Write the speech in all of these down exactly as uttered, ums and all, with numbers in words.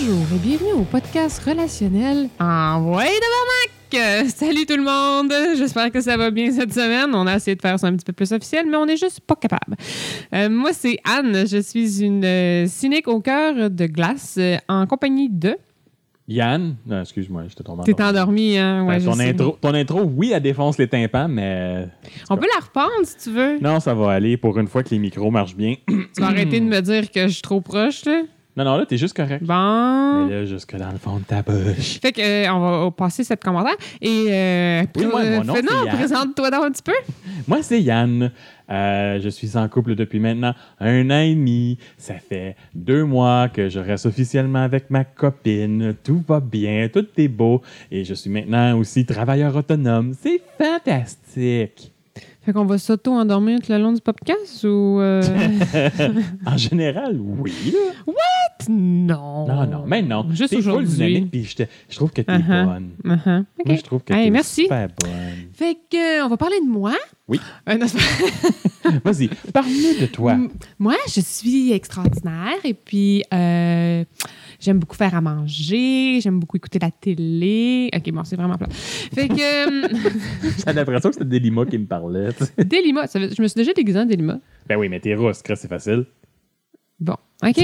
Bonjour et bienvenue au podcast relationnel Envoyez de Barnac! Salut tout le monde! J'espère que ça va bien cette semaine. On a essayé de faire ça un petit peu plus officiel, mais on n'est juste pas capable. Euh, moi, c'est Anne. Je suis une euh, cynique au cœur de glace euh, en compagnie de... Yann, non, excuse-moi, je te tombe T'es endormi, hein? Ouais, ben, ton, je sais. intro, ton intro, oui, elle défonce les tympans, mais... On peut la reprendre si tu veux. Non, ça va aller pour une fois que les micros marchent bien. Tu vas arrêter de me dire que je suis trop proche, là? Non, non, là, t'es juste correct. Bon. Mais là, jusque dans le fond de ta bouche. Fait que, euh, on va passer cette commentaire. Et, euh, Oui, moi, mon nom, fais- non, c'est Yann. présente-toi donc un petit peu. Moi, c'est Yann. Euh, je suis en couple depuis maintenant un an et demi. Ça fait deux mois que je reste officiellement avec ma copine. Tout va bien, tout est beau. Et je suis maintenant aussi travailleur autonome. C'est fantastique. Fait qu'on va s'auto-endormir tout le long du podcast ou... euh, En général, oui. Là. Non. Non, non, mais non. Juste T'es full aujourd'hui. dynamique, puis je, te- je trouve que t'es Uh-huh. bonne. Uh-huh. OK. Moi, je trouve que Hey, t'es merci. super bonne. Fait que, euh, on va parler de moi. Oui. Euh, non, c'est pas- Vas-y, parle-nous de toi. M- Moi, je suis extraordinaire et puis euh, j'aime beaucoup faire à manger, j'aime beaucoup écouter la télé. OK, bon, c'est vraiment plat. Fait que... euh, J'ai l'impression que c'était Delima qui me parlait. tu sais. Délima, ça veut- je me suis déjà déguisée en Délima. Ben oui, mais t'es rousse, Chris, c'est facile. Bon, OK.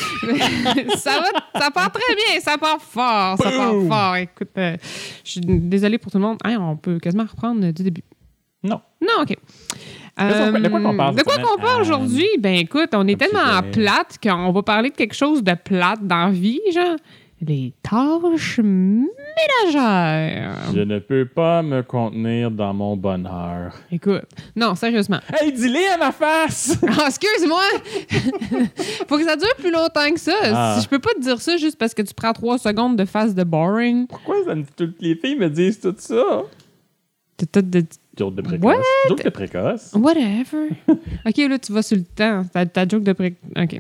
ça va, ça part très bien, ça part fort, ça part Boom! fort. Écoute, euh, je suis désolée pour tout le monde. Hein, on peut quasiment reprendre du début. Non. Non, OK. Qu'est-ce qu'on fait? De quoi qu'on parle De cette quoi semaine? qu'on parle Euh, aujourd'hui? Ben écoute, on est comme tellement sujet. plate qu'on va parler de quelque chose de plate dans la vie, genre les tâches ménagères. Je ne peux pas me contenir dans mon bonheur. Écoute, non, sérieusement. Hey, dis-le à ma face! Ah, excuse-moi! Faut que ça dure plus longtemps que ça. Ah. Si je peux pas te dire ça juste parce que tu prends trois secondes de face de boring. Pourquoi ça me- toutes les filles me disent tout ça? T'as tout de... Joke de précoce. What? Joke de précoce. Whatever. OK, là, tu vas sur le temps. Ta, ta joke de pré... OK.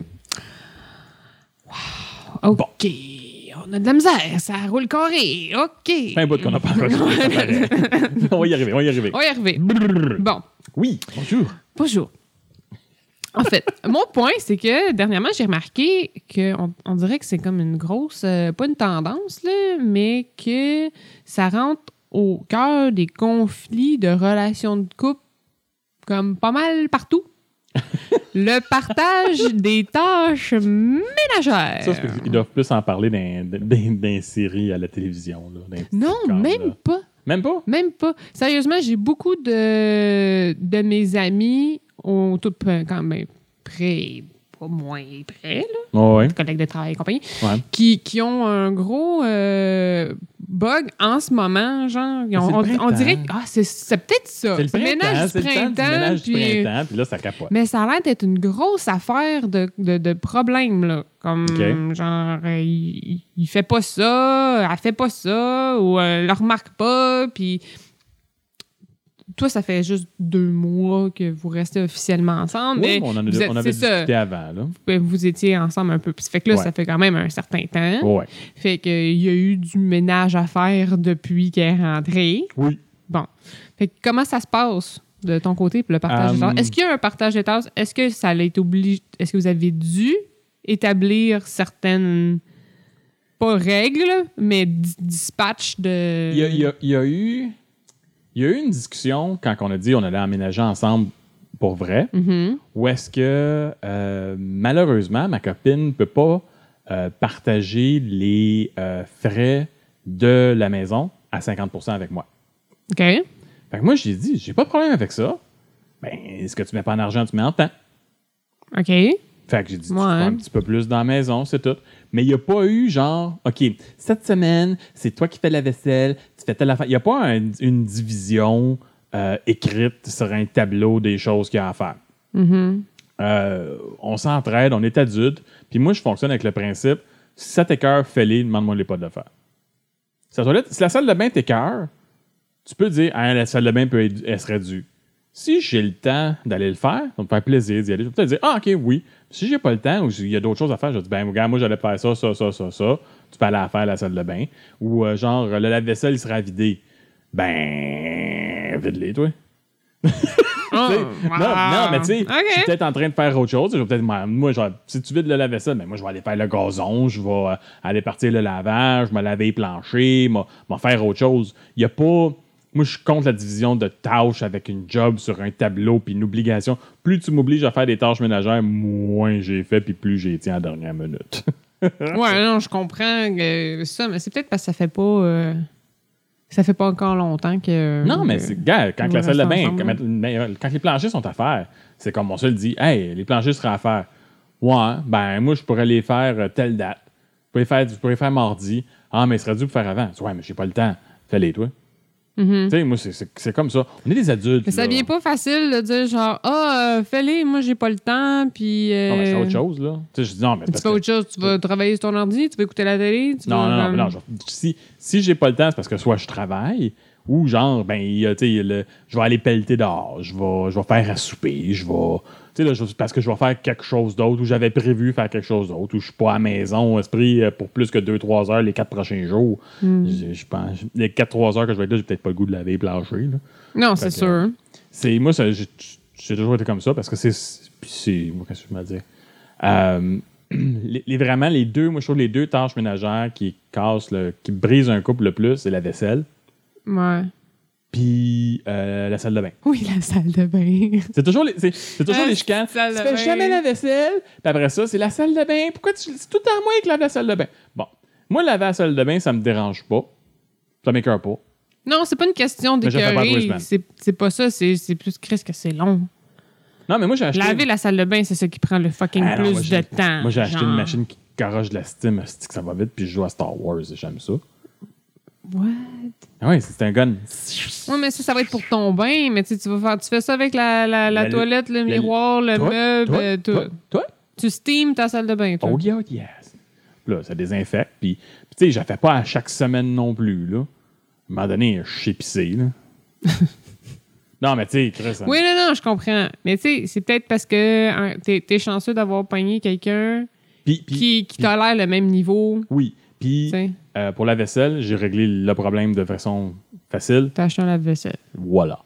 Wow. OK. On a de la misère. Ça roule carré. OK. C'est un bout qu'on n'a pas enregistré, ça paraît. On va y arriver, on va y arriver. On va y arriver. Bon. Oui, bonjour. Bonjour. En fait, mon point, c'est que dernièrement, j'ai remarqué qu'on on dirait que c'est comme une grosse... euh, pas une tendance, là, mais que ça rentre au cœur des conflits de relations de couple comme pas mal partout. Le partage des tâches ménagères. Ça, c'est parce qu'ils doivent plus en parler dans, dans, dans les séries à la télévision. Là, dans les petits Non, sitcoms, même là. pas. Même pas? Même pas. Sérieusement, j'ai beaucoup de, de mes amis, ont tout quand même près, pas moins près, là, Oh, ouais. collègues de travail et compagnie, ouais. qui, qui ont un gros euh, bug en ce moment, genre. Ils ont- C'est le on, printemps. on dirait que ah, c'est, c'est peut-être ça. C'est le printemps, ménage c'est du le temps du printemps. ménage du puis- printemps, puis là, ça capote. Mais ça a l'air d'être une grosse affaire de, de, de problème, là. Comme, OK. genre, euh, il, il fait pas ça, elle fait pas ça, ou elle le remarque pas, puis... Toi, ça fait juste deux mois que vous restez officiellement ensemble, Oui, mais mais on, en a, vous êtes- on avait c'est ça. discuté avant. Là. Ben, vous étiez ensemble un peu. Puis ça fait que là, Ouais. ça fait quand même un certain temps. Ouais. Fait qu'il y a eu du ménage à faire depuis qu'elle est rentrée. Oui. Bon. Fait que comment ça se passe de ton côté pour le partage des Um, tâches? Est-ce qu'il y a un partage des tâches? Est-ce que ça a été obligé? Est-ce que vous avez dû établir certaines, pas règles, mais di- dispatch de... Il y a, il y a- il y a eu... Il y a eu une discussion quand on a dit on allait emménager ensemble pour vrai, Mhm. où est-ce que, euh, malheureusement, ma copine ne peut pas euh, partager les euh, frais de la maison à cinquante pour cent avec moi. OK. Fait que moi, j'ai dit, j'ai pas de problème avec ça. Ben, ce que tu mets pas en argent, tu mets en temps. OK. Fait que j'ai dit, tu Ouais. prends un petit peu plus dans la maison, c'est tout. Mais il n'y a pas eu genre, OK, cette semaine, c'est toi qui fais la vaisselle, tu fais telle affaire. Il n'y a pas un- une division euh, écrite sur un tableau des choses qu'il y a à faire. Mhm. Euh, on s'entraide, on est adultes. Puis moi, je fonctionne avec le principe, si ça t'écoeure, fais-les, demande-moi les pas de le faire. Si la, toilette- si la salle de bain t'écoeure, tu peux dire, ah, la salle de bain peut être, elle serait due. Si j'ai le temps d'aller le faire, ça va me faire plaisir d'y aller. Je vais peut-être dire, ah, OK, oui. Si j'ai pas le temps ou s'il y a d'autres choses à faire, je vais dire, ben, regarde, moi, j'allais faire ça, ça, ça, ça, ça. Tu peux aller la faire à la salle de bain. Ou euh, genre, le lave-vaisselle, il sera vidé. Ben, vide-les, toi. Oh, non, wow. non, mais tu sais, OK. je suis peut-être en train de faire autre chose. Je vais peut-être, moi, moi, genre, si tu vides le lave-vaisselle, ben, moi, je vais aller faire le gazon, je vais euh, aller partir le lavage, me laver les planchers, m'en faire autre chose. Il n'y a pas. Moi, je suis contre la division de tâches avec une job sur un tableau puis une obligation. Plus tu m'obliges à faire des tâches ménagères, moins j'ai fait puis plus j'ai tiens à la dernière minute. Ouais, non, je comprends euh, ça, mais c'est peut-être parce que ça fait pas. Euh, ça fait pas encore longtemps que. Non, mais que- c'est, gars, quand on la salle de reste bain, ensemble, quand, mais, quand les planchers sont à faire, c'est comme on se le dit, hey, les planchers seraient à faire. Ouais, ben, moi, je pourrais les faire euh, telle date. Je pourrais les faire, je pourrais les faire mardi. Ah, mais il serait dû pour faire avant. Ouais, mais j'ai pas le temps. Fais-les, toi. Mhm. Tu sais, moi, c'est, c'est, c'est comme ça. On est des adultes. Mais ça là. vient pas facile de dire genre, ah, euh, fais-les, moi, j'ai pas le temps, puis. euh, Non, mais c'est autre chose, là. Tu sais, je dis non, mais. Tu parce fais que- autre chose, tu vas travailler sur ton ordi, tu vas écouter la télé, tu Non, vas. non, non, comme- mais non, je- si, si j'ai pas le temps, c'est parce que soit je travaille ou genre, ben, il y a, tu sais, le- je vais aller pelleter dehors, je vais, je vais faire à souper, je vais. Tu sais, là, je- parce que je vais faire quelque chose d'autre ou j'avais prévu faire quelque chose d'autre ou je suis pas à la maison, esprit, euh, pour plus que deux trois heures les quatre prochains jours. Hmm. Je, je pense, les quatre trois heures que je vais être là, j'ai peut-être pas le goût de laver et plancher, là. Non, c'est Fait que, sûr. C'est, moi, ça, j'ai, j'ai toujours été comme ça parce que c'est. Puis c'est. Moi, qu'est-ce que je veux dire? Euh, les, les- vraiment, les deux, moi, je trouve les deux tâches ménagères qui cassent, le, qui brisent un couple le plus, c'est la vaisselle Ouais. puis euh, la salle de bain. Oui, la salle de bain. C'est toujours les, c'est, c'est toujours Ah, les chicanes. Tu salle de fais bain. jamais la vaisselle, puis après ça, c'est la salle de bain. Pourquoi tu. C'est tout le temps moi qui lave la salle de bain. Bon. Moi, laver la salle de bain, ça me dérange pas. Ça m'écoeure pas. Non, c'est pas une question Mais je fais pas deux d'écœurer. semaines. C'est c'est pas ça, c'est c'est plus Chris que c'est long. Non, mais moi, j'ai acheté. Laver la salle de bain, c'est ça qui prend le fucking Ah non, plus moi, j'ai- de temps. Moi, j'ai acheté genre. une machine qui garoche de la Steam, c'est que ça va vite, puis je joue à Star Wars, et j'aime ça. What? Ah oui, c'est un gun. Ouais, mais ça, ça va être pour ton bain, mais tu sais, tu vas faire, tu fais ça avec la, la, la Le- toilette, le le- miroir, le Toi, meuble, toi, euh, tout. toi, toi? Tu steam ta salle de bain, toi. Oh yeah, yes. Là, ça désinfecte, puis, puis tu sais, je la fais pas à chaque semaine non plus, là. À un moment donné, je suis épicé, là. Non, mais tu sais, Chris, ça- Oui, non, non, je comprends. Mais tu sais, c'est peut-être parce que hein, t'es, t'es chanceux d'avoir pogné quelqu'un Puis, puis- qui, qui tolère le même niveau. oui, puis Tu sais, euh, pour la vaisselle, j'ai réglé le problème de façon facile. t'as acheté un lave-vaisselle. Voilà.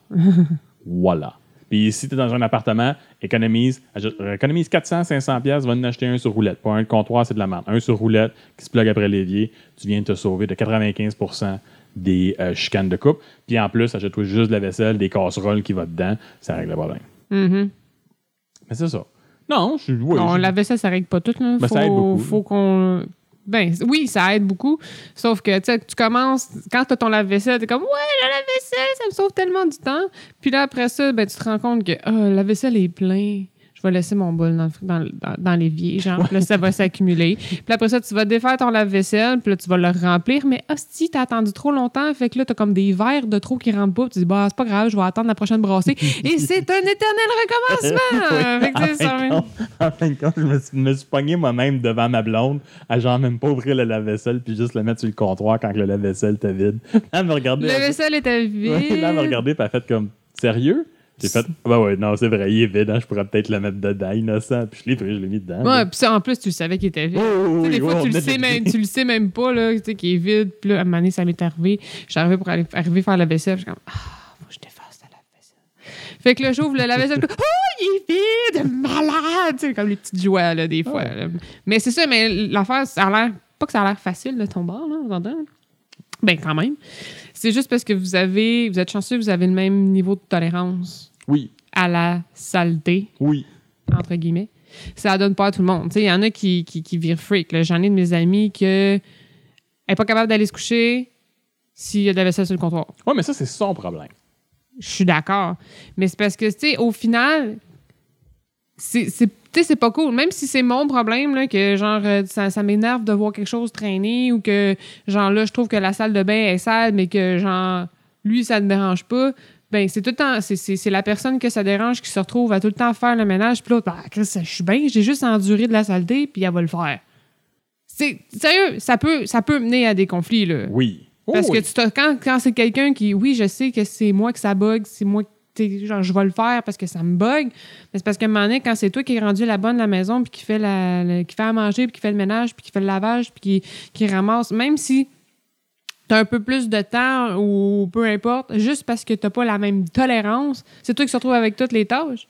Voilà. Puis si tu es dans un appartement, économise, ajoute- économise quatre cents, cinq cents pièces, va en acheter un sur roulette. Pas un de comptoir, c'est de la merde. Un sur roulette qui se plug après l'évier, tu viens de te sauver de quatre-vingt-quinze pour cent des euh, chicanes de coupe. Puis en plus, achète-toi juste de la vaisselle, des casseroles qui vont dedans, ça règle le problème. Mhm. Mais c'est ça. Non, je suis. Oui, Non, je- la vaisselle, ça règle pas tout. Là. Ben, faut, ça aide beaucoup, faut qu'on. Ben oui, ça aide beaucoup. Sauf que, tu sais, tu commences, quand tu as ton lave-vaisselle, tu es comme, ouais, la lave-vaisselle, ça me sauve tellement du temps. Puis là, après ça, ben, tu te rends compte que, ah, la vaisselle est plein. Je vais laisser mon bol dans, le fr- dans, le- dans, dans l'évier, genre. Puis là, ça va s'accumuler. Puis après ça, tu vas défaire ton lave-vaisselle, puis là, tu vas le remplir. Mais hostie, t'as attendu trop longtemps. Fait que là, t'as comme des verres de trop qui rentrent pas. Puis tu dis, bah, c'est pas grave, je vais attendre la prochaine brassée. Et c'est un éternel recommencement. Fait que, tu sais, ça- En fin de compte- en fin de compte, je me suis, me suis pogné moi-même devant ma blonde à genre même pas ouvrir le lave-vaisselle puis juste le mettre sur le comptoir quand que le lave-vaisselle était vide. Elle me regardait. Le vaisselle était vide. Ouais, là, elle m'a regardé et elle a fait comme sérieux? J'ai fait bah ouais, non, c'est vrai, il est vide, hein, je pourrais peut-être le mettre dedans, innocent. Puis je l'ai pris, je l'ai mis dedans. Ouais, puis ça, en plus, tu savais qu'il était vide. Oh, Tu sais, oui, des fois, ouais, tu, on le met sais de- même, tu le sais même pas, là, tu sais, qu'il est vide. Puis là, à un moment donné, ça m'est arrivé. Je suis arrivée pour aller, arriver faire la vaisselle. Je suis comme, ah, faut que je défasse la lave-vaisselle. Fait que là, j'ouvre le lave-vaisselle. Oh, il est vide, malade! Tu sais, comme les petites joies, là, des fois. Ouais. là. Mais c'est ça, mais l'affaire, ça a l'air, pas que ça a l'air facile, de ton bord, là, on entend. Ben, quand même. C'est juste parce que vous avez, vous êtes chanceux, vous avez le même niveau de tolérance Oui, à la saleté. oui. Entre guillemets, ça donne pas à tout le monde. Il y en a qui, qui, qui virent freak. là. J'en ai de mes amis que elle est pas capable d'aller se coucher s'il y a de la vaisselle sur le comptoir. Ouais, mais ça, c'est son problème. Je suis d'accord. Mais c'est parce que, tu sais, au final, c'est, c'est, tu sais, c'est pas cool. Même si c'est mon problème, là, que genre, euh, ça, ça m'énerve de voir quelque chose traîner ou que, genre, là, je trouve que la salle de bain est sale, mais que, genre, lui, ça ne dérange pas. Ben, c'est tout le temps, c'est, c'est, c'est la personne que ça dérange qui se retrouve à tout le temps faire le ménage. Puis l'autre, ah, Chris, je suis bien, j'ai juste enduré de la saleté, puis elle va le faire. C'est, sérieux, ça peut, ça peut mener à des conflits, là. Oui. Oh, Parce oui. que tu te- quand, quand c'est quelqu'un qui, oui, je sais que c'est moi que ça bug, c'est moi que, genre, je vais le faire parce que ça me bug, mais c'est parce qu'à un moment donné, quand c'est toi qui es rendu la bonne de la maison, puis qui fait, la, la- qui fait à manger, puis qui fait le ménage, puis qui fait le lavage, puis qui, qui ramasse, même si t'as un peu plus de temps ou peu importe, juste parce que t'as pas la même tolérance, c'est toi qui se retrouves avec toutes les tâches.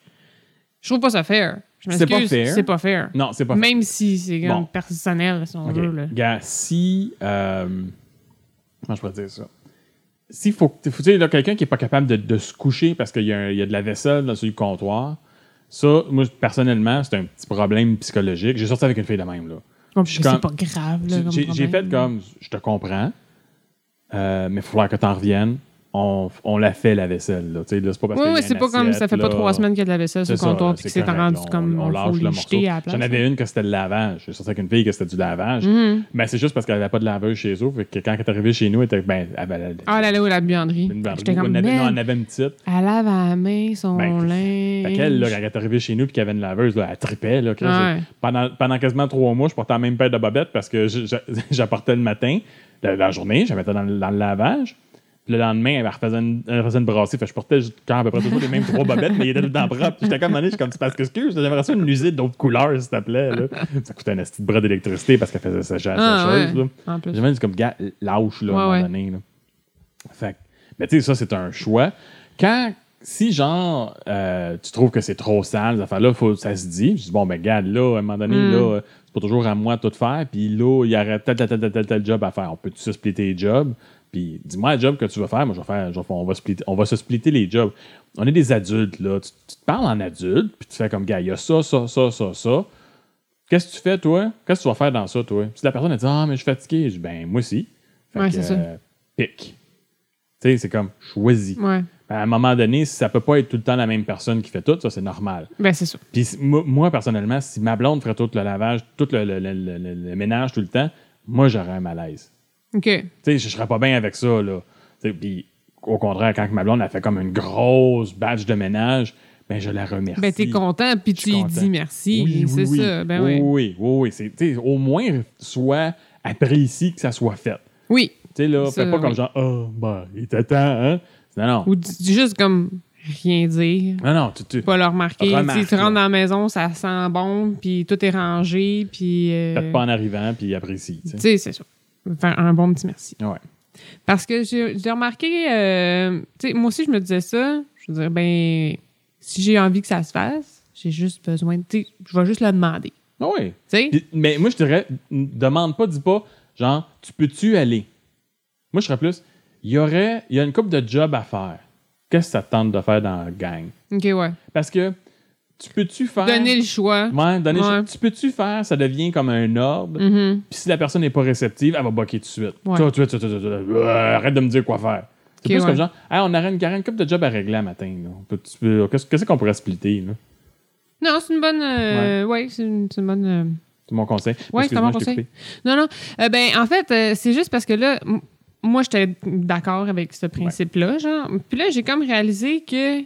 Je trouve pas ça fair. Je C'est pas fair. C'est pas fair. Non, c'est pas fair. Même si c'est comme Bon. personnel, si on OK. veut. Là. Gars, si... Euh, comment je pourrais dire ça? S'il faut... faut tu sais, là, quelqu'un qui est pas capable de, de se coucher parce qu'il y, a un- il y a de la vaisselle là, sur le comptoir, ça, moi, personnellement, c'est un petit problème psychologique. J'ai sorti avec une fille de même, là. Oh, Je suis c'est comme- pas grave. Là, comme J'ai j'ai problème. fait comme... Je te comprends, euh, mais il faut falloir que t'en reviennes. On, on l'a fait, la vaisselle, là. Tu sais, là, c'est pas parce Oui, qu'il y a oui, une c'est pas comme ça fait assiette, pas là. trois semaines qu'il y a de la vaisselle sur C'est le ça, comptoir là, puis que c'est c'est correct, rendu là, on- comme on on lâche faut le les morceau. jeter à la place. J'en avais une que c'était le lavage. J'ai sorti avec une fille que c'était du lavage. Mhm. Mais c'est juste parce qu'elle n'avait pas de laveuse chez eux. Fait que quand elle est arrivée chez nous, elle était. Ben, elle avait Ah, elle allait où, la buanderie? une barbe. J'étais comme, On avait- non, man, on avait une petite. elle lave à la main son Ben, linge. Fait qu'elle, là, quand elle est arrivée chez nous et qu'elle avait une laveuse, là, elle tripait. Là, Ouais. pendant, pendant quasiment trois mois, je portais la même paire de bobettes parce que je- je- j'apportais le matin, la, la journée, je la mettais dans, le- dans le lavage. Puis le lendemain, elle refaisait une, elle refaisait une brassée. Fait que je portais quand à peu près toujours les mêmes trois bobettes, mais il était tout le temps propre. Puis j'étais comme, je suis comme, c'est parce que, excuse, j'aimerais ça une usine d'autres couleurs, s'il te plaît. Là. Ça coûtait un petit bras d'électricité parce qu'elle faisait sa, sa Ah, chose. ouais. Là. En plus. J'ai même dit comme, gars, lâche, là, à un Ouais, moment ouais. donné. Là. Fait que, mais tu sais, ça, c'est un choix. Quand, si genre, euh, tu trouves que c'est trop sale, ces affaires-là, faut, ça se dit. Je dis, bon, ben, regarde, là, à un moment donné, Mm. là, euh, c'est pas toujours à moi de tout faire. Puis là, il y aurait tel, tel, tel, tel, tel, tel job à faire. On peut-tu se splitter les jobs? Puis dis-moi le job que tu vas faire. Moi, je vais faire, je vais faire- on, va splitter, on va se splitter les jobs. On est des adultes, là. Tu, tu te parles en adulte, puis tu fais comme, gars, il y a ça, ça, ça, ça, ça. Qu'est-ce que tu fais, toi? Qu'est-ce que tu vas faire dans ça, toi? Si la personne, elle dit, ah, mais je suis fatigué. Je dis, ben, moi aussi. Fait Ouais, que, c'est ça. euh, pique. Tu sais, c'est comme, choisis. Ouais. À un moment donné, ça peut pas être tout le temps la même personne qui fait tout, ça, c'est normal. Ben, c'est ça. Puis si- moi, moi, personnellement, si ma blonde ferait tout le lavage, tout le, le- le- le- le- le ménage tout le temps, moi, j'aurais un malaise. OK. Tu sais, je serais pas bien avec ça, là. Tu sais, puis au contraire, quand ma blonde a fait comme une grosse batch de ménage, ben je la remercie. Ben, t'es content, puis Je tu suis lui content. dis merci. Oui, c'est oui, ça. Ben, oui. oui. Oui, oui, oui. C'est, tu sais, au moins, soit apprécie que ça soit fait. Oui. Tu sais, là, Ça, fais pas comme oui. genre, oh, ben, il était temps, hein? Non, non. Ou dis dis juste comme rien dire. Non, non, tu, tu Pas le remarquer. Remarque, Tu sais, tu rentres là. dans la maison, ça sent bon, puis tout est rangé, puis... euh, fais pas en arrivant, puis apprécie. tu sais. Tu sais, c'est ça. Faire un bon petit merci. Ouais. Parce que j'ai j'ai remarqué, euh, tu sais, moi aussi, je me disais ça. Je veux dire, ben, si j'ai envie que ça se fasse, j'ai juste besoin de. Tu sais, je vais juste le demander. Ah oui. Tu sais? Puis- Mais moi, je dirais, n- demande pas, dis pas, genre, tu peux-tu aller? Moi, je serais plus, il y aurait, il y a une couple de jobs à faire. Qu'est-ce que ça te tente de faire dans la gang? OK, ouais. Parce que, tu peux-tu faire. Donner le choix. Ouais, donner le Ouais. choix. Tu peux-tu faire, ça devient comme un ordre, Mhm. puis si la personne n'est pas réceptive, elle va boquer tout de suite. Ouais. Toi, toi, toi, toi, toi, toi, euh, arrête de me dire quoi faire. C'est Ok, plus ouais. comme genre, hey, on aurait une, une couple de jobs à régler à matin. là. On peut- tu peux- Qu'est-ce qu'est-ce qu'on pourrait splitter? Là? Non, c'est une bonne. euh, ouais, c'est une, c'est une bonne. euh, C'est mon conseil. Ouais, c'est un bon Excuse-moi, je t'ai conseil. coupé. Non, non. Euh, ben, en fait, euh, c'est juste parce que là, m- moi, j'étais d'accord avec ce principe-là, genre. Puis là, j'ai comme réalisé que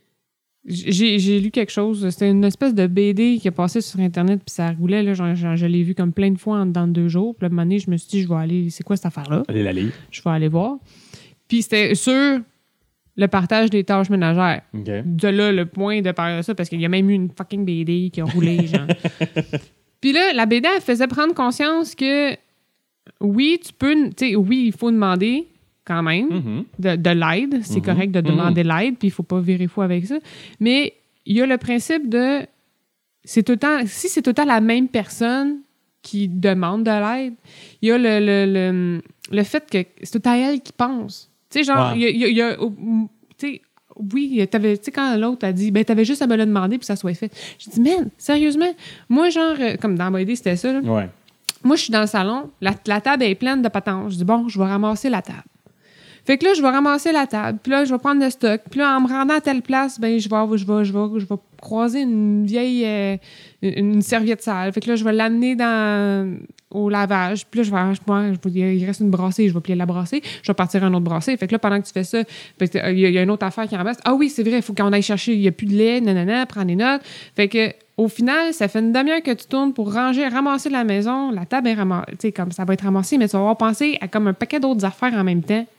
j'ai j'ai lu quelque chose. C'était une espèce de B D qui est passé sur Internet, puis ça roulait, là. Genre, genre, je l'ai vu comme plein de fois en dedans de deux jours. Puis là, à un moment donné, je me suis dit, je vais aller. C'est quoi cette affaire-là? Allez la lire. Je vais aller voir. Puis c'était sur le partage des tâches ménagères. OK. De là, le point de parler de ça, parce qu'il y a même eu une fucking B D qui a roulé, genre. Puis là, la B D, elle faisait prendre conscience que oui, tu peux, tu sais, oui, il faut demander quand même Mhm. de, de l'aide. C'est Mhm. correct de demander l'aide, puis il faut pas virer fou avec ça. Mais il y a le principe de, c'est tout le temps, si c'est tout le temps la même personne qui demande de l'aide, il y a le, le, le, le fait que c'est tout le temps elle qui pense. Tu sais, genre, il Ouais. y a, il y a- il y a- tu sais, oui, t'avais, tu sais, quand l'autre a dit, ben, t'avais juste à me le demander puis ça soit fait. J'ai dit, man, sérieusement, moi, genre, euh, comme dans ma idée, c'était ça, là. Ouais. Moi, je suis dans le salon, la, la table est pleine de patentes. Je dis, bon, je vais ramasser la table. Fait que là, je vais ramasser la table, puis là, je vais prendre le stock. Puis là, en me rendant à telle place, ben je vais, je vais, je vais, je vais croiser une vieille euh, une une serviette sale. Fait que là, je vais l'amener dans au lavage. Puis là, je vais, je vais- je vais- il reste une brassée, je vais plier la brassée. Je vais partir un autre brassée. Fait que là, pendant que tu fais ça, ben, il y, a- il y a une autre affaire qui en reste. Ah oui, c'est vrai, il faut qu'on aille chercher, il n'y a plus de lait, nanana, prends des notes. Fait que au final, ça fait une demi-heure que tu tournes pour ranger, ramasser la maison. La table est ramassée, tu sais, comme ça va être ramassé, mais tu vas avoir pensé à comme un paquet d'autres affaires en même temps.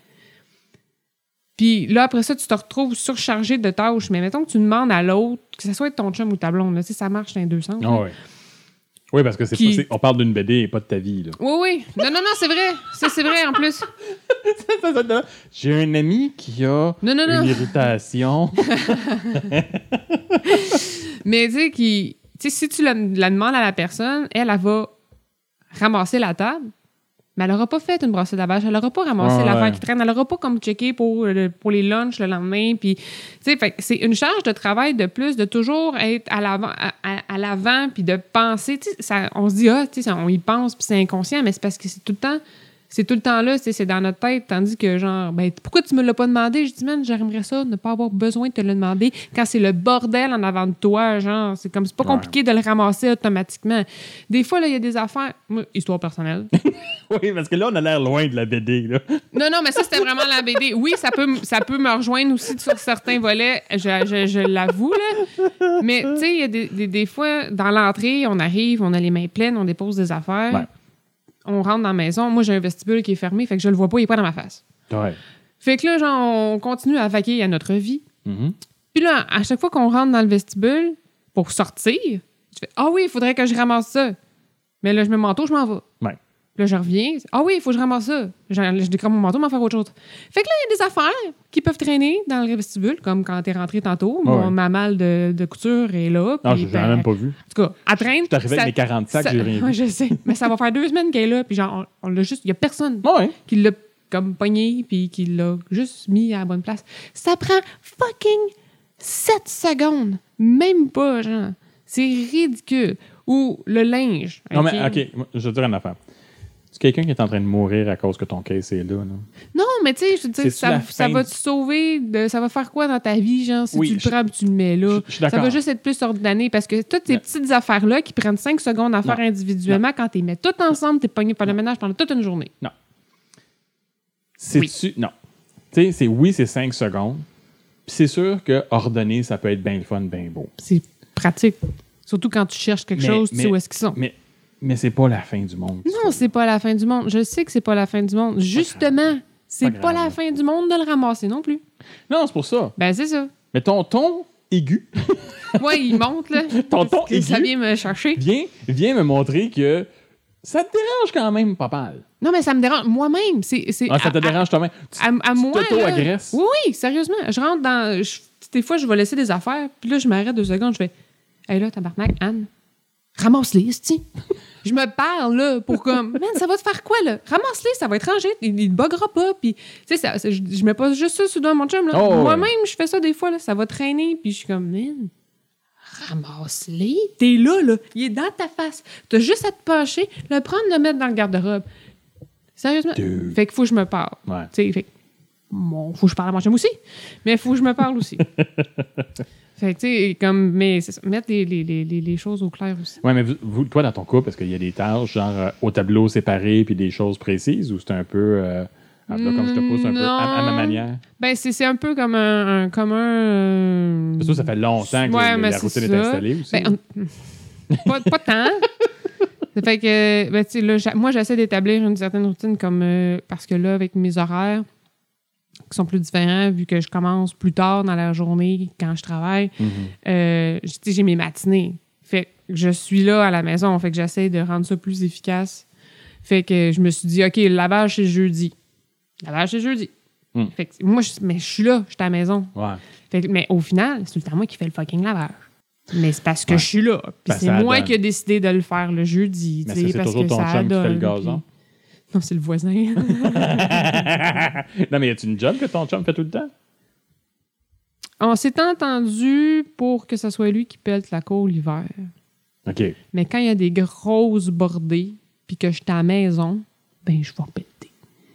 Puis là, après ça, tu te retrouves surchargé de tâches. Mais mettons que tu demandes à l'autre, que ce soit ton chum ou ta blonde, là, tu sais, ça marche dans les deux sens. Ah ouais. Oui, parce que c'est Qui- pas, c'est- on parle d'une B D et pas de ta vie. Là. Oui, oui. Non, non, non, c'est vrai. Ça, c'est vrai en plus. J'ai un ami qui a Non, non, non. une irritation. Mais tu sais, qui, tu sais, si tu la, la demandes à la personne, elle, elle va ramasser la table, mais elle n'aura pas fait une brossée de lavage, elle n'aura pas ramassé Ouais, l'affaire ouais. qui traîne, elle n'aura pas comme checké pour, le- pour les lunchs le lendemain. Puis, tu sais, fait que c'est une charge de travail de plus, de toujours être à l'avant, à, à- à l'avant puis de penser. Tu sais, ça- on se dit, ah, tu sais, ça, on y pense, puis c'est inconscient, mais c'est parce que c'est tout le temps. C'est tout le temps là, tu sais, c'est dans notre tête, tandis que genre, ben, pourquoi tu me l'as pas demandé? Je dis, man, j'aimerais ça, ne pas avoir besoin de te le demander quand c'est le bordel en avant de toi, genre, c'est comme, c'est pas Ouais. compliqué de le ramasser automatiquement. Des fois, là, il y a des affaires, moi, histoire personnelle. Oui, parce que là, on a l'air loin de la B D. Là. Non, non, mais ça, c'était vraiment la B D. Oui, ça peut, m- ça peut me rejoindre aussi sur certains volets, je, je, je l'avoue, là. Mais, tu sais, il y a des, des, des fois, dans l'entrée, on arrive, on a les mains pleines, on dépose des affaires. Ouais. On rentre dans la maison. Moi, j'ai un vestibule qui est fermé, fait que je le vois pas, il est pas dans ma face. Ouais. Fait que là, genre, on continue à vaquer à notre vie. Mhm. Puis là, à chaque fois qu'on rentre dans le vestibule pour sortir, je fais « Ah oui, il faudrait que je ramasse ça. » Mais là, je mets mon manteau, je m'en vais. Ouais. Puis là, je reviens. « Ah oui, il faut que je ramasse ça. » Je, je décroche mon manteau, m'en faire autre chose. Fait que là, il y a des affaires qui peuvent traîner dans le vestibule, comme quand t'es rentré tantôt. Ouais. Mon, ma malle de, de couture est là. Non, puis, je l'ai ben, même pas vu. En tout cas, elle traîne. Je suis arrivé ça- avec mes quarante sacs, ça- j'ai rien Ouais, vu. je sais. Mais ça va faire deux semaines qu'elle est là. Puis genre, on, on l'a juste... Il y a personne Ouais. qui l'a comme pogné puis qui l'a juste mis à la bonne place. Ça prend fucking sept secondes. Même pas, genre. C'est ridicule. Ou le linge. Non, ok? mais OK, moi, je vais te dire une affaire. C'est quelqu'un qui est en train de mourir à cause que ton case est là. là. Non, mais tu sais, je veux dire, C'est-tu ça, la ça fin va du- te sauver. De, ça va faire quoi dans ta vie, genre, si Oui, tu le je- prends et tu le mets là? je- je suis Ça d'accord. va juste être plus ordonné parce que toutes ces Mais- petites affaires-là qui prennent cinq secondes à faire Non. individuellement, quand tu les mets toutes ensemble, tu es pogné par le ménage pendant toute une journée. C'est-tu... Non. Tu sais, c'est oui, c'est cinq secondes. Puis c'est sûr que ordonner, ça peut être bien le fun, bien beau. C'est pratique. Surtout quand tu cherches quelque Mais- chose, tu mais- sais où est-ce qu'ils sont. Mais, mais c'est pas la fin du monde. Non, c'est pas la fin du monde. Je sais que c'est pas la fin du monde. Justement, c'est Pas pas, grave. la fin du monde de le ramasser non plus. Non, c'est pour ça. Ben, c'est ça. Mais ton ton aigu, Ouais, il monte, là. ton ton Et ça aigu vient me chercher. vient, vient me montrer que ça te dérange quand même pas mal. Non, mais ça me dérange. Moi-même, c'est... c'est- Ah, ça te à- dérange toi-même. Tu, À, à tu moi, là- t'auto-agresses. Oui, oui, sérieusement. Je rentre dans... je- des fois, je vais laisser des affaires, puis là, je m'arrête deux secondes, je fais « Hey là, tabarnak, Anne, ramasse-les, esti. » Je me parle, là, pour comme « Man, ça va te faire quoi, là? Ramasse-les, ça va être rangé, il il te buggera pas. » Puis, tu sais, ça- ça- je, je mets pas juste ça sur le dos de mon chum, là. Oh, ouais. Moi-même, je fais ça des fois, là, ça va traîner, puis je suis comme « Man, ramasse-les. T'es là, là. Il est dans ta face. T'as juste à te pencher, le prendre, le mettre dans le garde-robe. » Sérieusement. Dude. Fait qu'il faut que je me parle. Ouais. Tu sais, fait que, bon, faut que je parle à mon chum aussi, mais il faut que je me parle aussi. Fait que, tu sais, comme, mais c'est ça, mettre les, les, les, les- les choses au clair aussi. Ouais, mais vous, vous- toi, dans ton couple, est-ce qu'il y a des tâches, genre euh, au tableau séparé puis des choses précises, ou c'est un peu, euh, en tout cas, comme je te pose un peu, à, à ma Non. manière? Ben, c'est, c'est un peu comme un, un commun. euh, Parce que ça fait longtemps que Ouais, la, mais la c'est routine est ça. installée aussi. Ben, on- pas, pas tant. Ça fait que, ben, tu sais, là, j'a- moi, j'essaie d'établir une certaine routine comme, euh, parce que là, avec mes horaires qui sont plus différents, vu que je commence plus tard dans la journée quand je travaille, Mhm. euh, j- tu sais, j'ai mes matinées. Fait que je suis là à la maison, fait que j'essaie de rendre ça plus efficace. Fait que je me suis dit, OK, le lavage, c'est jeudi. Le lavage, c'est jeudi. Mm. Fait que moi, je, mais je suis là, je suis à la maison. Ouais. Fait que- mais au final, c'est tout le temps moi qui fais le fucking lavage. Mais c'est parce que Ouais. je suis là. Puis Ben, c'est ça moi donne. qui ai décidé de le faire le jeudi. Mais tu ça, sais, c'est parce toujours que ton ça chum qui fait le donne, gazon? puis- Non, c'est le voisin. Non, mais y a-tu une job que ton chum fait tout le temps? On s'est entendu pour que ce soit lui qui pète la cour l'hiver. OK. Mais quand il y a des grosses bordées puis que je suis à la maison, ben je vais péter.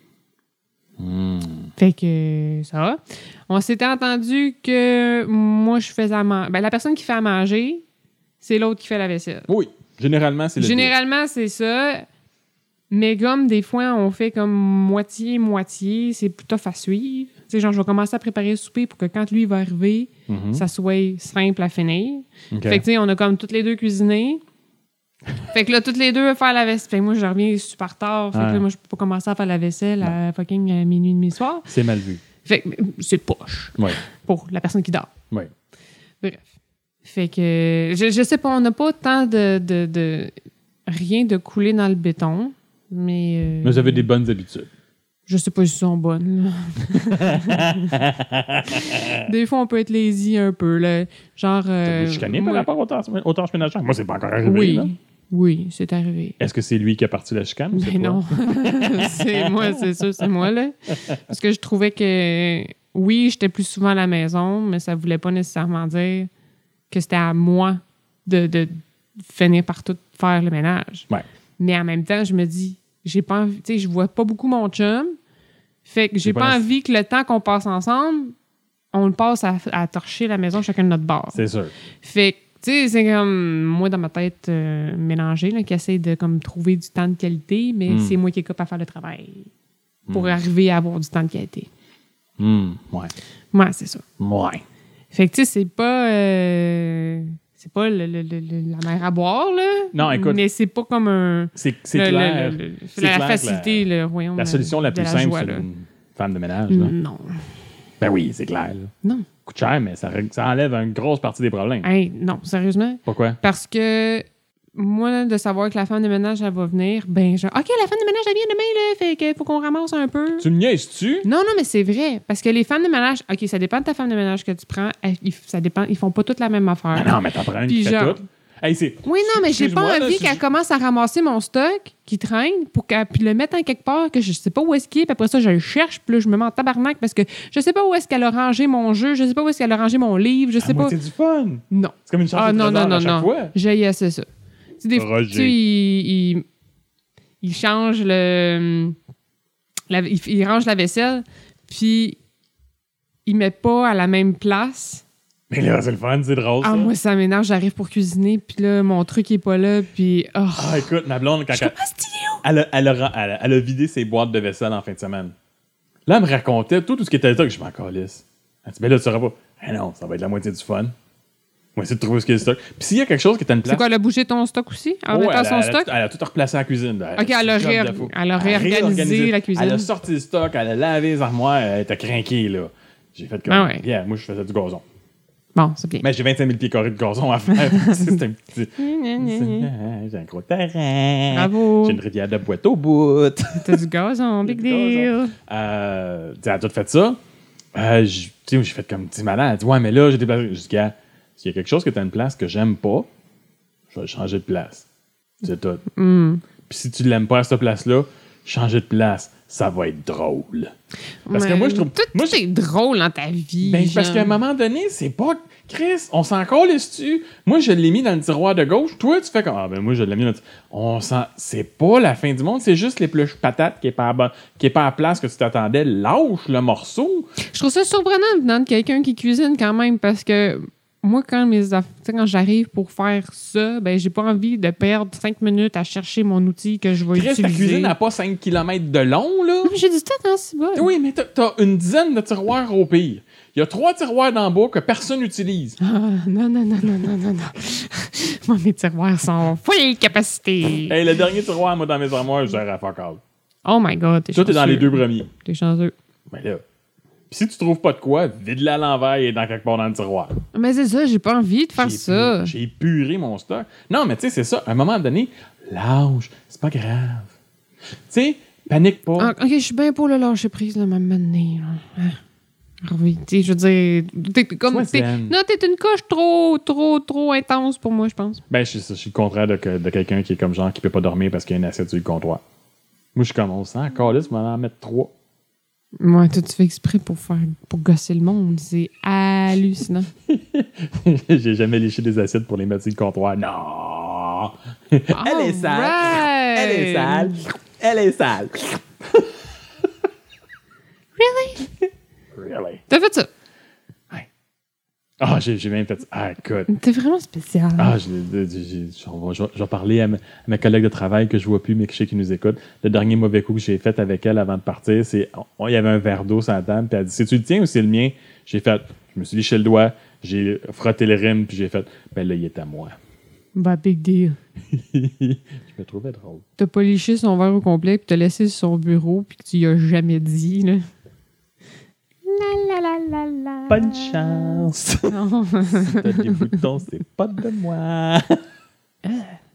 Hmm. Fait que ça va. On s'était entendu que moi, je faisais à manger. Ben, la personne qui fait à manger, c'est l'autre qui fait la vaisselle. Oui. Généralement, c'est le Généralement, c'est ça. Mais comme des fois, on fait comme moitié-moitié, c'est plus tough à suivre. Tu sais, genre, je vais commencer à préparer le souper pour que quand lui va arriver, deal. Mhm. ça soit simple à finir. OK. Fait que, tu sais, on a comme toutes les deux cuisiné. Fait que là, toutes les deux faire la vaisselle. Fait que moi, je reviens super tard. Fait que Ouais. là, moi, je peux pas commencer à faire la vaisselle à fucking à minuit et demi soir. C'est mal vu. Fait que c'est poche Oui. pour la personne qui dort. Oui. Bref. Fait que, je, je sais pas, on n'a pas tant de, de, de, rien de couler dans le béton, mais... euh, Mais vous avez des bonnes habitudes. Je sais pas si elles sont bonnes. là. Des fois, on peut être lazy un peu. Là. Genre... euh, Vous chicanez par moi- rapport aux tâches, aux tâches ménagères? Moi, c'est pas encore arrivé. Oui, là. oui, c'est arrivé. Est-ce que c'est lui qui a parti la chicane? ou c'est Mais toi? non, c'est moi, c'est sûr, c'est moi, là. Parce que je trouvais que, oui, j'étais plus souvent à la maison, mais ça voulait pas nécessairement dire que c'était à moi de, de finir par tout faire le ménage. Ouais. Mais en même temps, je me dis, j'ai pas envie, tu sais, je vois pas beaucoup mon chum, fait que j'ai pas pas la- envie que le temps qu'on passe ensemble, on le passe à, à torcher la maison chacun de notre bord. C'est sûr. Fait que, tu sais, c'est comme moi dans ma tête euh, mélangée, là, qui essaie de comme, trouver du temps de qualité, mais Mm. c'est moi qui est capable de faire le travail pour Mm. arriver à avoir du temps de qualité. Hum, ouais. Ouais, c'est ça. Ouais. Fait que, tu sais, c'est pas. euh, c'est pas le- le- le- le- la mer à boire, là. Non, écoute. Mais c'est pas comme un. C'est c'est le- clair. le- le- le- C'est la clair que facilité, le royaume. La solution la de plus simple, joie, c'est là. une femme de ménage. Là. Non. Ben oui, c'est clair. là. Non. Coûte cher, mais ça, règle- ça enlève une grosse partie des problèmes. Hey, non, sérieusement. Pourquoi? Parce que moi, de savoir que la femme de ménage, elle va venir, ben, genre, OK, la femme de ménage, elle vient demain, là, fait qu'il faut qu'on ramasse un peu. Tu me niaises-tu? Non, non, mais c'est vrai. Parce que les femmes de ménage, OK, ça dépend de ta femme de ménage que tu prends. Elle- ils- ça dépend, ils font pas toutes la même affaire. Ah non, mais t'en prends une Puis qui fait genre- tout. Hey, c'est... Oui, non, mais j'ai Excuse-moi, pas là, envie si qu'elle je- commence à ramasser mon stock qui traîne pour qu'elle puis le mettre en quelque part que je sais pas où est-ce qu'il est, puis après ça, je le cherche, puis là, je me mets en tabarnak parce que je sais pas où est-ce qu'elle a rangé mon jeu, je sais pas où est-ce qu'elle a rangé mon livre, je Ah, sais moi, pas. c'est du fun. Non. C'est comme une chance Ah de non, trésor non, non, à chaque non. fois. J'ai assez ça. Tu sais, des fois, Roger. tu sais, il, il, il change le. la- il, il range la vaisselle, puis il met pas à la même place. Mais là, c'est le fun, c'est drôle, Ah, ça. moi, ça m'énerve, j'arrive pour cuisiner, puis là, mon truc est pas là, puis. Oh. Ah, écoute, ma blonde, quand Je suis elle, comme, Asti, où? elle, a, elle, a, elle, a, elle a vidé ses boîtes de vaisselle en fin de semaine. Là, elle me racontait tout, tout ce qui était là, que je m'en calisse. Elle dit, ben là, tu sauras pas. Ah non, ça va être la moitié du fun. On va essayer de trouver ce qu'il y a de stock. Puis s'il y a quelque chose qui était une place. C'est quoi, elle a bougé ton stock aussi? En Oh, mettant elle, a- son elle a stock? tout- Elle a tout replacé à la cuisine. là. Ok, elle a, job réor- de fou. elle a Elle a réorganisé réorganisé. la cuisine. Elle a sorti le stock, elle a lavé les armoires, elle était craquée, là. J'ai fait comme. Ah ouais. Yeah, moi, je faisais du gazon. Bon, c'est bien. Mais j'ai vingt-cinq mille pieds carrés de gazon à faire. C'est un petit. J'ai un gros terrain. Bravo. J'ai une rivière de boîte au bout. T'as du gazon, big Du gazon. deal. Euh, tu sais, elle a tout fait ça. Euh, j- tu sais, j'ai fait comme petit malin. Elle dit, ouais, mais là, j'ai déplacé. Jusqu'à. S'il y a quelque chose qui est à une place que j'aime pas, je vais changer de place. C'est tout. Mm. Puis si tu l'aimes pas à cette place-là, changer de place. Ça va être drôle. Parce que Mais moi, je trouve. Tout, moi, tout est drôle dans ta vie. Ben, parce genre. qu'à un moment donné, c'est pas. Chris, on s'en calisse-tu? Moi, je l'ai mis dans le tiroir de gauche. Toi, tu fais comme. Ah, ben, moi, je l'ai mis dans le. On s'en. C'est pas la fin du monde. C'est juste les pluches patates qui est pas à, bon- qui est pas à place que tu t'attendais. Lâche le morceau. Je trouve ça surprenant venant de quelqu'un qui cuisine quand même parce que moi, quand mes aff- tu sais, quand j'arrive pour faire ça, ben j'ai pas envie de perdre cinq minutes à chercher mon outil que je vais Chris, ta utiliser. cuisine n'a pas cinq kilomètres de long, là. J'ai du temps dans ce bas. Oui, mais t'as, t'as une dizaine de tiroirs au pire. Il y a trois tiroirs d'en bas que personne n'utilise. Ah, non, non, non, non, non, non, non. Moi, mes tiroirs sont full capacité. Hey, le dernier tiroir, moi, dans mes armoires, je gère à fuck all. Oh my God, t'es Toi, t'es dans chanceux. les deux premiers. T'es chanceux. Ben là. Puis si tu trouves pas de quoi, vide-le à l'envers et dans quelque part dans le tiroir. Mais c'est ça, j'ai pas envie de faire J'ai ça. pu- J'ai épuré mon stock. Non, mais tu sais, c'est ça. À un moment donné, lâche. C'est pas grave. Tu sais, panique pas. Ah, ok, je suis bien pour le lâcher prise, là, même année. Ah oui, tu sais, je veux dire, t'es t'es comme. Sois t'es- zen. non, t'es une coche trop, trop, trop intense pour moi, je pense. Ben, je, je suis le contraire de, que- de quelqu'un qui est comme genre qui peut pas dormir parce qu'il y a une assiette sur le comptoir. Moi, je suis comme, on sent, calice, je vais en mettre trois. Moi, tout tu fais exprès pour faire, pour gosser le monde. C'est hallucinant. J'ai jamais léché des assiettes pour les mettre sur le comptoir. Non! Elle est sale. Alright. Elle est sale. Elle est sale. Really? Really? T'as fait ça? Ah, j'ai, j'ai même fait ça. Ah, écoute. T'es vraiment spécial. Ah, je, je, je, je- on va- je vais- je vais parler à, ma- à mes collègues de travail que je vois plus, mais que je sais qu'ils nous écoutent. Le dernier mauvais coup que j'ai fait avec elle avant de partir, c'est on- il y avait un verre d'eau sur la table, puis elle a dit c'est-tu le tien ou c'est le mien? J'ai fait, je me suis liché le doigt, j'ai frotté le rime, puis j'ai fait, ben là, il est à moi. Bah, big deal. Je me trouvais drôle. T'as pas liché son verre au complet, puis t'as laissé sur son bureau, puis que tu y as jamais dit, là. La la la la la. Bonne chance! Non. Si t'as des boutons, c'est pas de moi.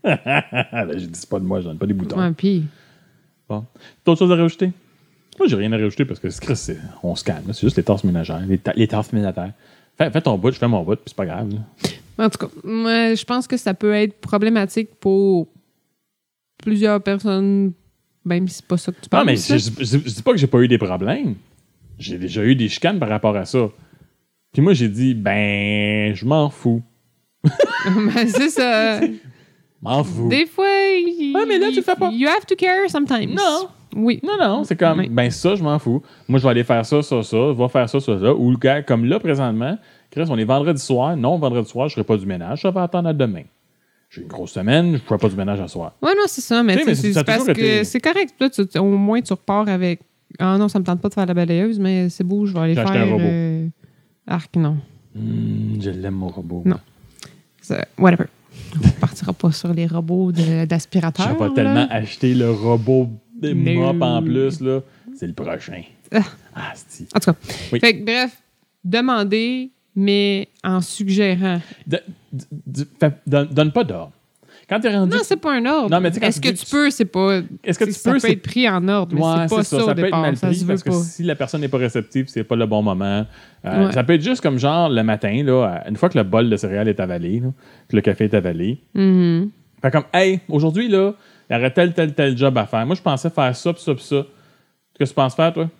Là, je dis pas de moi, je donne pas des boutons. Ouais, puis... Bon. T'as autre chose à rajouter? Moi, j'ai rien à rajouter parce que Chris, c'est, on se calme. là. C'est juste les tâches ménagères. Les, ta- les tâches ménagères. Fais, fais ton bout, je fais mon bout, puis c'est pas grave. Là. En tout cas, moi, je pense que ça peut être problématique pour plusieurs personnes, même si c'est pas ça que tu penses. Non, mais je, je, je, je dis pas que j'ai pas eu des problèmes. J'ai déjà eu des chicanes par rapport à ça. Puis moi, j'ai dit, ben, je m'en fous. Ben, c'est ça. M'en fous. Des fois, y- Ouais, mais là, tu le fais pas. You have to care sometimes. Non. Oui. Non, non, c'est comme, Oui. ben ça, je m'en fous. Moi, je vais aller faire ça, ça, ça. Je vais faire ça, ça, ça. Ou le gars, comme là, présentement, Chris, on est vendredi soir. Non, vendredi soir, je ne ferai pas du ménage. Ça va attendre à demain. J'ai une grosse semaine, je ne ferai pas du ménage à soir. Ouais, non, c'est ça. Mais, Tu sais, tu mais sais, ça c'est a parce toujours que été- c'est correct. Là, tu- au moins, tu repars avec. Ah non, ça me tente pas de faire la balayeuse, mais c'est beau, je vais aller J'ai faire. acheté un robot. euh, Arc, non. Hum, je l'aime, mon robot. Non. Ça- whatever. On partira pas sur les robots de- Je d'aspirateur. vais pas là. tellement acheter le robot de No. mop en plus, là. C'est le prochain. Ah. Ah, c'est. En tout cas. Oui. Fait que, bref, demander, mais en suggérant. De- de- de- fait- donne, donne pas d'ordre. Quand t'es rendu. Non, c'est pas un ordre. Non, mais tu sais, quand Est-ce tu que dis- tu peux, c'est pas. Est-ce que c'est- tu ça peux, peut c'est- être pris en ordre, mais Ouais, c'est pas ça. ça, Ça au peut être départ. mal Ça pris se veut parce que pas. si la personne n'est pas réceptive, c'est pas le bon moment. Euh, Ouais. Ça peut être juste comme genre le matin, là, une fois que le bol de céréales est avalé, là, que le café est avalé. Mhm. Fait comme, hey, aujourd'hui, là, il y aurait tel, tel, tel job à faire. Moi, je pensais faire ça, pis ça, pis ça. Qu'est-ce que tu penses faire, toi?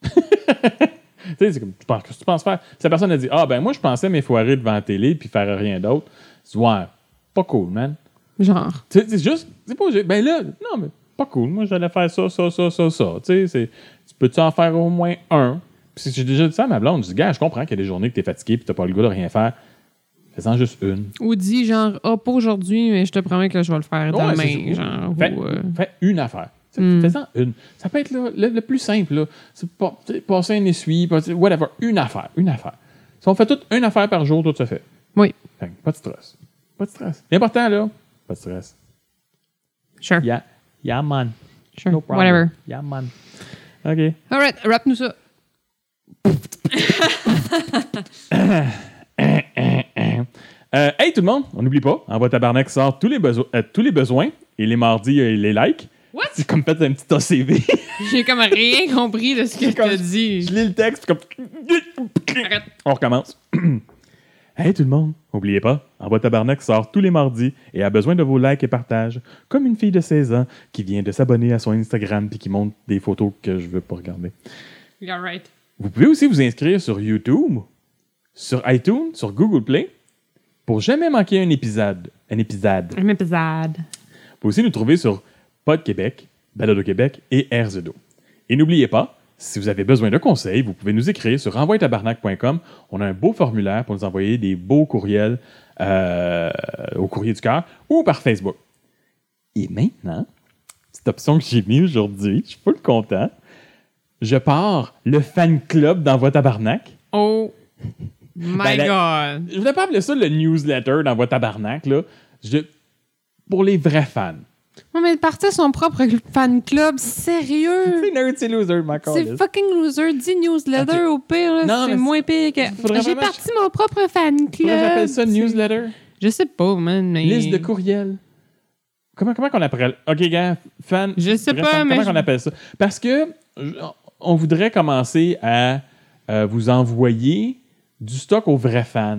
Tu sais, c'est comme, tu penses, qu'est-ce que tu penses faire? Si la personne a dit, ah, ben, moi, je pensais m'effoirer devant la télé puis faire rien d'autre. Tu dis, ouais, pas cool, man. Genre. Tu sais, c'est juste, c'est pas, ben là, non, mais pas cool. Moi, j'allais faire ça, ça, ça, ça, ça. Tu sais, c'est, tu peux-tu en faire au moins un? Puis j'ai déjà dit ça à ma blonde. Je dis, gars, je comprends qu'il y a des journées que t'es fatigué puis t'as pas le goût de rien faire. Fais-en juste une. Ou dis genre, ah, pas aujourd'hui, mais je te promets que je vais le faire Ouais, demain. c'est- Genre, Fais, ou, euh, fais une affaire. Tu sais, Mm. Fais-en une. Ça peut être là, le, le plus simple. Là. C'est pas, tu sais, passer un essuie, passer- whatever. Une affaire. Une affaire. Si on fait toute une affaire par jour, tout se fait. Oui, Fait que pas de stress. Pas de stress. L'important, là, pas de stress. sure. Yeah, yeah man. Sure. No problem. Whatever. Yeah, man. OK. All right, rap-nous ça. Euh, hey, tout le monde, on n'oublie pas, Envoi Tabarnak sort tous les, beso- euh, tous les besoins et les mardis, euh, les likes. What? C'est comme fait un petit A C V. J'ai comme rien compris de ce que tu Comme- as dit. Je lis le texte, puis comme... Arrête. On recommence. Hey tout le monde, n'oubliez pas, Envoi Tabarnak sort tous les mardis et a besoin de vos likes et partages, comme une fille de seize ans qui vient de s'abonner à son Instagram puis qui montre des photos que je veux pas regarder. You're right. Vous pouvez aussi vous inscrire sur YouTube, sur iTunes, sur Google Play, pour jamais manquer un épisode. Un épisode. Un épisode. Vous pouvez aussi nous trouver sur Pod Québec, Balado Québec et R Z O. Et n'oubliez pas, si vous avez besoin de conseils, vous pouvez nous écrire sur envoi tabarnak point com. On a un beau formulaire pour nous envoyer des beaux courriels euh, au courrier du cœur ou par Facebook. Et maintenant, cette option que j'ai mise aujourd'hui, je suis full content. Je pars le fan club d'Envoi Tabarnak. Oh my Ben, la- God. Je voulais pas appeler ça le newsletter d'Envoi Tabarnak, là. Je- Pour les vrais fans. Non, mais partir son propre fan club, sérieux? C'est nerd, c'est loser, ma C'est calisse. fucking loser. Dis newsletter au pire, là, Non, c'est mais moins pire que. faudrait J'ai vraiment- parti mon propre fan club. Comment j'appelle ça, C'est- newsletter? Je sais pas, man. Mais... Liste de courriels. Comment, comment qu'on appelle? OK, gars, fan. Je sais vrai pas, fan, mais Comment je- qu'on appelle ça? Parce que je- on voudrait commencer à euh, vous envoyer du stock aux vrais fans.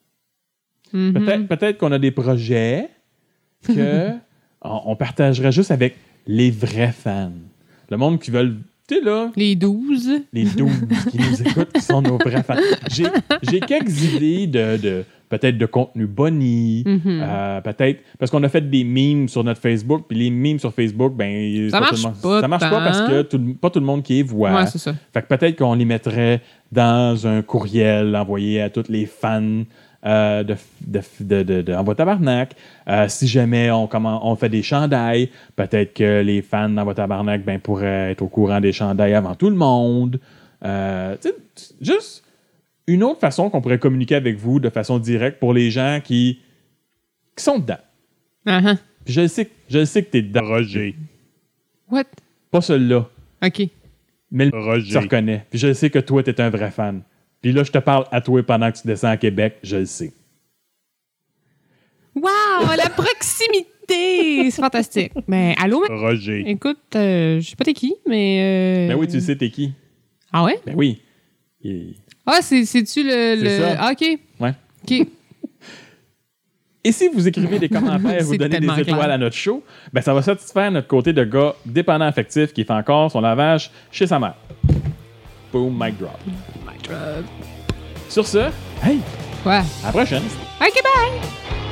Mhm. Peut-être, peut-être qu'on a des projets que on, on partagerait juste avec les vrais fans. Le monde qui veulent, tu sais là, Les douze. les douze qui nous écoutent, qui sont nos vrais fans. J'ai, j'ai quelques idées de, de peut-être de contenu bunny, Mhm. euh, peut-être parce qu'on a fait des memes sur notre Facebook, puis les memes sur Facebook, ben Ça pas marche tout le monde- pas ça marche pas tant. parce que tout le- pas tout le monde qui les voit. Ouais, c'est ça. Fait que peut-être qu'on les mettrait dans un courriel envoyé à tous les fans euh, de, de, de, de, de Envoi Tabarnak. Euh, si jamais on, comment, on fait des chandails, peut-être que les fans d'Envoi Tabarnak ben, pourraient être au courant des chandails avant tout le monde. Euh, tu sais, juste une autre façon qu'on pourrait communiquer avec vous de façon directe pour les gens qui, qui sont dedans. Uh-huh. Puis je le sais, je le sais que t'es dedans, Roger. What? Pas celui-là. OK. Mais le Roger. Tu reconnais. Puis je sais que toi, t'es un vrai fan. Puis là, je te parle à toi pendant que tu descends à Québec, je le sais. Wow! La proximité! idée! C'est fantastique. Ben, allô? mais- Roger. Écoute, euh, je sais pas t'es qui, mais... euh, Ben oui, tu sais, t'es qui? Ah ouais? Ben oui. Il- Ah, c'est, c'est-tu le... le... C'est ça. Ah, OK. Ouais. OK. Et si vous écrivez des commentaires, vous C'est donnez des tellement étoiles clair. à notre show, ben ça va satisfaire notre côté de gars dépendant affectif qui fait encore son lavage chez sa mère. Boom, mic drop. My drug. Sur ce, hey, Ouais. à la prochaine. OK, bye!